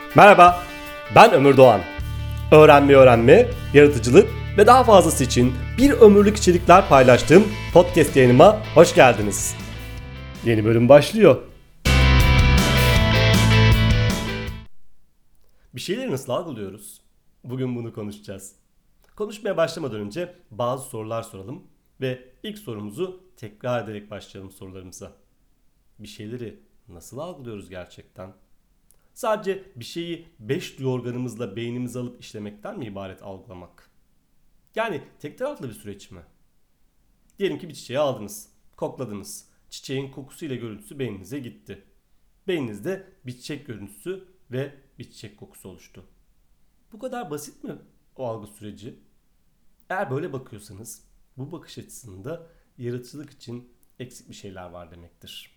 Merhaba, ben Ömür Doğan. Öğrenme, yaratıcılık ve daha fazlası için bir ömürlük içerikler paylaştığım podcast yayınıma hoş geldiniz. Yeni bölüm başlıyor. Bir şeyleri nasıl algılıyoruz? Bugün bunu konuşacağız. Konuşmaya başlamadan önce bazı sorular soralım ve ilk sorumuzu tekrar ederek başlayalım sorularımıza. Bir şeyleri nasıl algılıyoruz gerçekten? Sadece bir şeyi 5 duyu organımızla beynimize alıp işlemekten mi ibaret algılamak? Yani tek taraflı bir süreç mi? Diyelim ki bir çiçeği aldınız, kokladınız. Çiçeğin kokusu ile görüntüsü beyninize gitti. Beyninizde bir çiçek görüntüsü ve bir çiçek kokusu oluştu. Bu kadar basit mi o algı süreci? Eğer böyle bakıyorsanız bu bakış açısında yaratıcılık için eksik bir şeyler var demektir.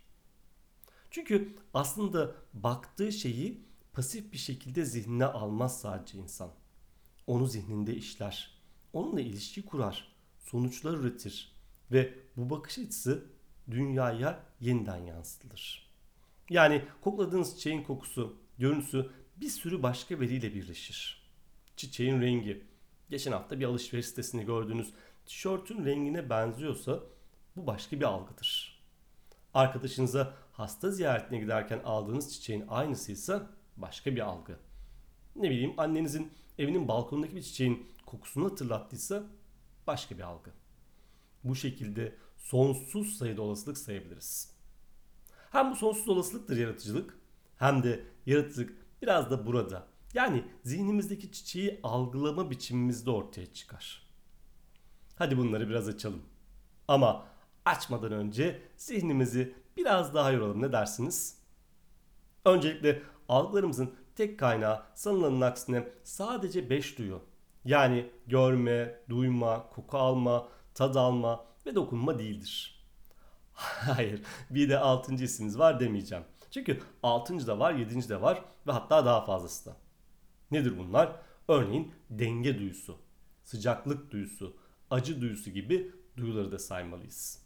Çünkü aslında baktığı şeyi pasif bir şekilde zihnine almaz sadece insan. Onu zihninde işler. Onunla ilişki kurar. Sonuçlar üretir. Ve bu bakış açısı dünyaya yeniden yansıtılır. Yani kokladığınız çiçeğin kokusu, görüntüsü bir sürü başka veriyle birleşir. Çiçeğin rengi. Geçen hafta bir alışveriş sitesinde gördüğünüz tişörtün rengine benziyorsa bu başka bir algıdır. Arkadaşınıza hasta ziyaretine giderken aldığınız çiçeğin aynısıysa başka bir algı. Ne bileyim, annenizin evinin balkonundaki bir çiçeğin kokusunu hatırlattıysa başka bir algı. Bu şekilde sonsuz sayıda olasılık sayabiliriz. Hem bu sonsuz olasılıktır yaratıcılık, hem de yaratıcılık biraz da burada. Yani zihnimizdeki çiçeği algılama biçimimizde ortaya çıkar. Hadi bunları biraz açalım. Ama açmadan önce zihnimizi biraz daha yoralım, ne dersiniz? Öncelikle algılarımızın tek kaynağı sanılanın aksine sadece 5 duyu. Yani görme, duyma, koku alma, tad alma ve dokunma değildir. Hayır, bir de 6. hissimiz var demeyeceğim. Çünkü 6. da var, 7. de var ve hatta daha fazlası da. Nedir bunlar? Örneğin denge duyusu, sıcaklık duyusu, acı duyusu gibi duyuları da saymalıyız.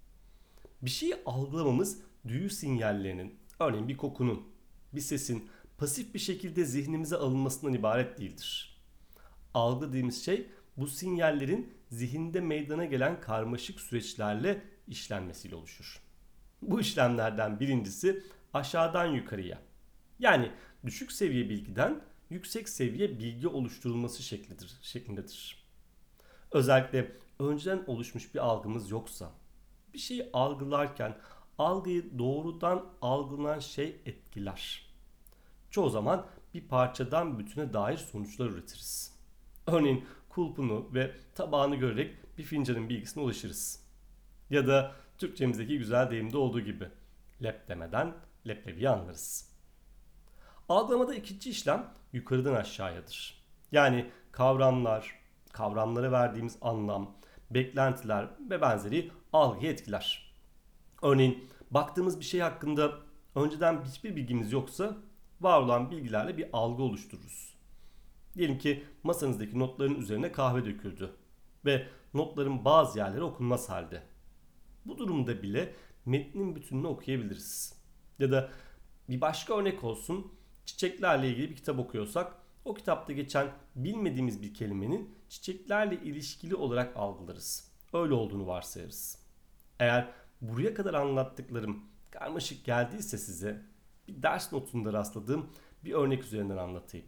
Bir şeyi algılamamız duyu sinyallerinin, örneğin bir kokunun, bir sesin pasif bir şekilde zihnimize alınmasından ibaret değildir. Algı dediğimiz şey bu sinyallerin zihinde meydana gelen karmaşık süreçlerle işlenmesiyle oluşur. Bu işlemlerden birincisi aşağıdan yukarıya, yani düşük seviye bilgiden yüksek seviye bilgi oluşturulması şeklindedir. Özellikle önceden oluşmuş bir algımız yoksa, bir şeyi algılarken algıyı doğrudan algılanan şey etkiler. Çoğu zaman bir parçadan bütüne dair sonuçlar üretiriz. Örneğin kulpunu ve tabağını görerek bir fincanın bilgisine ulaşırız. Ya da Türkçemizdeki güzel deyimde olduğu gibi lep demeden leblebiyi anlarız. Algılamada ikinci işlem yukarıdan aşağıyadır. Yani kavramlar, kavramlara verdiğimiz anlam, beklentiler ve benzeri algıyı etkiler. Örneğin baktığımız bir şey hakkında önceden hiçbir bilgimiz yoksa var olan bilgilerle bir algı oluştururuz. Diyelim ki masanızdaki notların üzerine kahve döküldü ve notların bazı yerleri okunmaz halde. Bu durumda bile metnin bütününü okuyabiliriz. Ya da bir başka örnek olsun, çiçeklerle ilgili bir kitap okuyorsak o kitapta geçen bilmediğimiz bir kelimenin çiçeklerle ilişkili olarak algılarız. Öyle olduğunu varsayarız. Eğer buraya kadar anlattıklarım karmaşık geldiyse size bir ders notunda rastladığım bir örnek üzerinden anlatayım.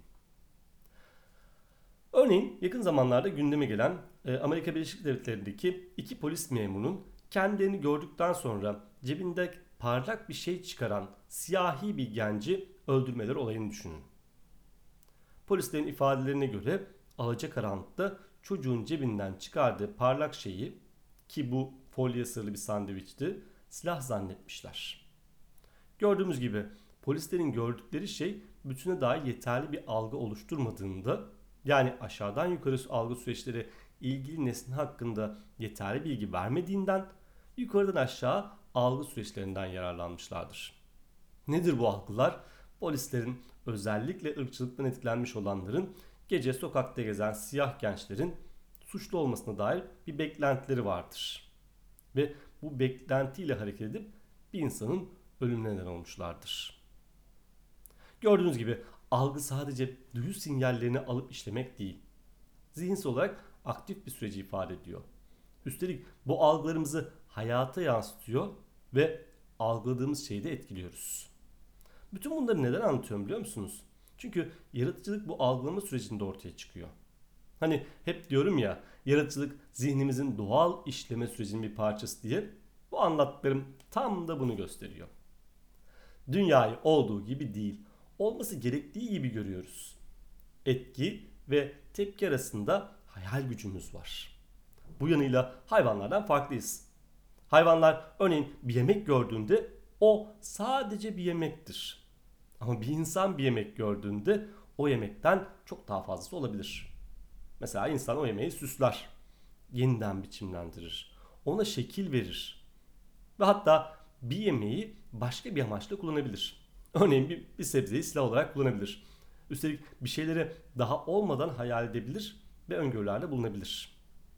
Örneğin yakın zamanlarda gündeme gelen Amerika Birleşik Devletleri'ndeki 2 polis memurunun kendilerini gördükten sonra cebinde parlak bir şey çıkaran siyahi bir genci öldürmeleri olayını düşünün. Polislerin ifadelerine göre alacakaranlıkta çocuğun cebinden çıkardığı parlak şeyi, ki bu folye sarılı bir sandviçti, silah zannetmişler. Gördüğümüz gibi polislerin gördükleri şey bütüne dair yeterli bir algı oluşturmadığında, yani aşağıdan yukarı algı süreçleri ilgili nesne hakkında yeterli bilgi vermediğinden yukarıdan aşağı algı süreçlerinden yararlanmışlardır. Nedir bu algılar? Polislerin, özellikle ırkçılıktan etkilenmiş olanların, gece sokakta gezen siyah gençlerin suçlu olmasına dair bir beklentileri vardır. Ve bu beklentiyle hareket edip bir insanın ölümüne neden olmuşlardır. Gördüğünüz gibi Algı sadece duyu sinyallerini alıp işlemek değil. Zihinsel olarak aktif bir süreci ifade ediyor. Üstelik bu algılarımızı hayata yansıtıyor ve algıladığımız şeyi de etkiliyoruz. Bütün bunları neden anlatıyorum biliyor musunuz? Çünkü yaratıcılık bu algılama sürecinde ortaya çıkıyor. Hani hep diyorum ya, yaratıcılık zihnimizin doğal işleme sürecinin bir parçası diye. Bu anlattıklarım tam da bunu gösteriyor. Dünyayı olduğu gibi değil, olması gerektiği gibi görüyoruz. Etki ve tepki arasında hayal gücümüz var. Bu yanıyla hayvanlardan farklıyız. Hayvanlar örneğin bir yemek gördüğünde o sadece bir yemektir. Ama bir insan bir yemek gördüğünde o yemekten çok daha fazlası olabilir. Mesela insan o yemeği süsler, yeniden biçimlendirir, ona şekil verir ve hatta bir yemeği başka bir amaçla kullanabilir. Örneğin bir sebzeyi silah olarak kullanabilir. Üstelik bir şeyleri daha olmadan hayal edebilir ve öngörülerde bulunabilir.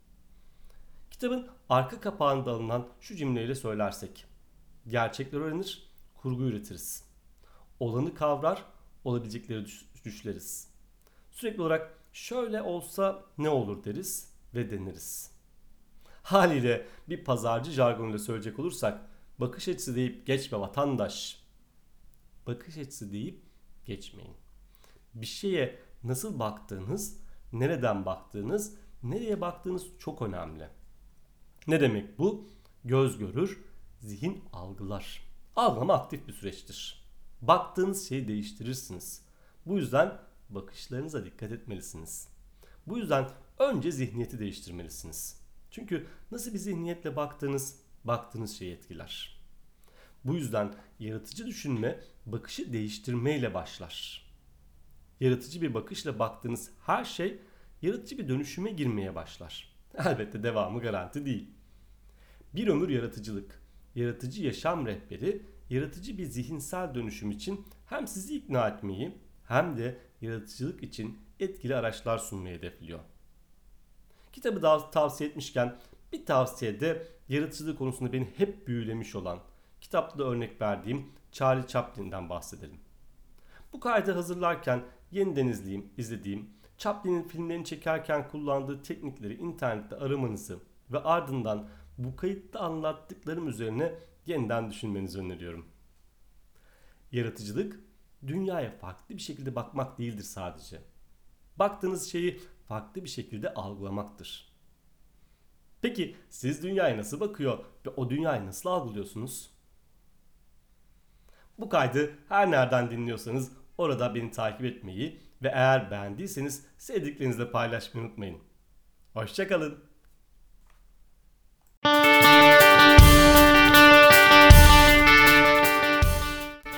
Kitabın arka kapağında alınan şu cümleyle söylersek: gerçekler öğrenir, kurgu üretiriz. Olanı kavrar, olabilecekleri düşleriz. Sürekli olarak şöyle olsa ne olur deriz ve deneriz. Haliyle bir pazarcı jargonuyla söyleyecek olursak, bakış açısı deyip geçme vatandaş. Bakış açısı deyip geçmeyin. Bir şeye nasıl baktığınız, nereden baktığınız, nereye baktığınız çok önemli. Ne demek bu? Göz görür, zihin algılar. Algılama aktif bir süreçtir. Baktığınız şeyi değiştirirsiniz. Bu yüzden bakışlarınıza dikkat etmelisiniz. Bu yüzden önce zihniyeti değiştirmelisiniz. Çünkü nasıl bir zihniyetle baktığınız şeyi etkiler. Bu yüzden yaratıcı düşünme bakışı değiştirmeyle başlar. Yaratıcı bir bakışla baktığınız her şey yaratıcı bir dönüşüme girmeye başlar. Elbette devamı garanti değil. Bir ömür yaratıcılık, yaratıcı yaşam rehberi, yaratıcı bir zihinsel dönüşüm için hem sizi ikna etmeyi hem de yaratıcılık için etkili araçlar sunmayı hedefliyor. Kitabı da tavsiye etmişken bir tavsiye de yaratıcılık konusunda beni hep büyülemiş olan, kitapta da örnek verdiğim Charlie Chaplin'den bahsedelim. Bu kaydı hazırlarken yeniden izlediğim, Chaplin'in filmlerini çekerken kullandığı teknikleri internette aramanızı ve ardından bu kayıtta anlattıklarım üzerine yeniden düşünmenizi öneriyorum. Yaratıcılık, dünyaya farklı bir şekilde bakmak değildir sadece. Baktığınız şeyi farklı bir şekilde algılamaktır. Peki siz dünyaya nasıl bakıyor ve o dünyayı nasıl algılıyorsunuz? Bu kaydı her nereden dinliyorsanız orada beni takip etmeyi ve eğer beğendiyseniz sevdiklerinizle paylaşmayı unutmayın. Hoşça kalın.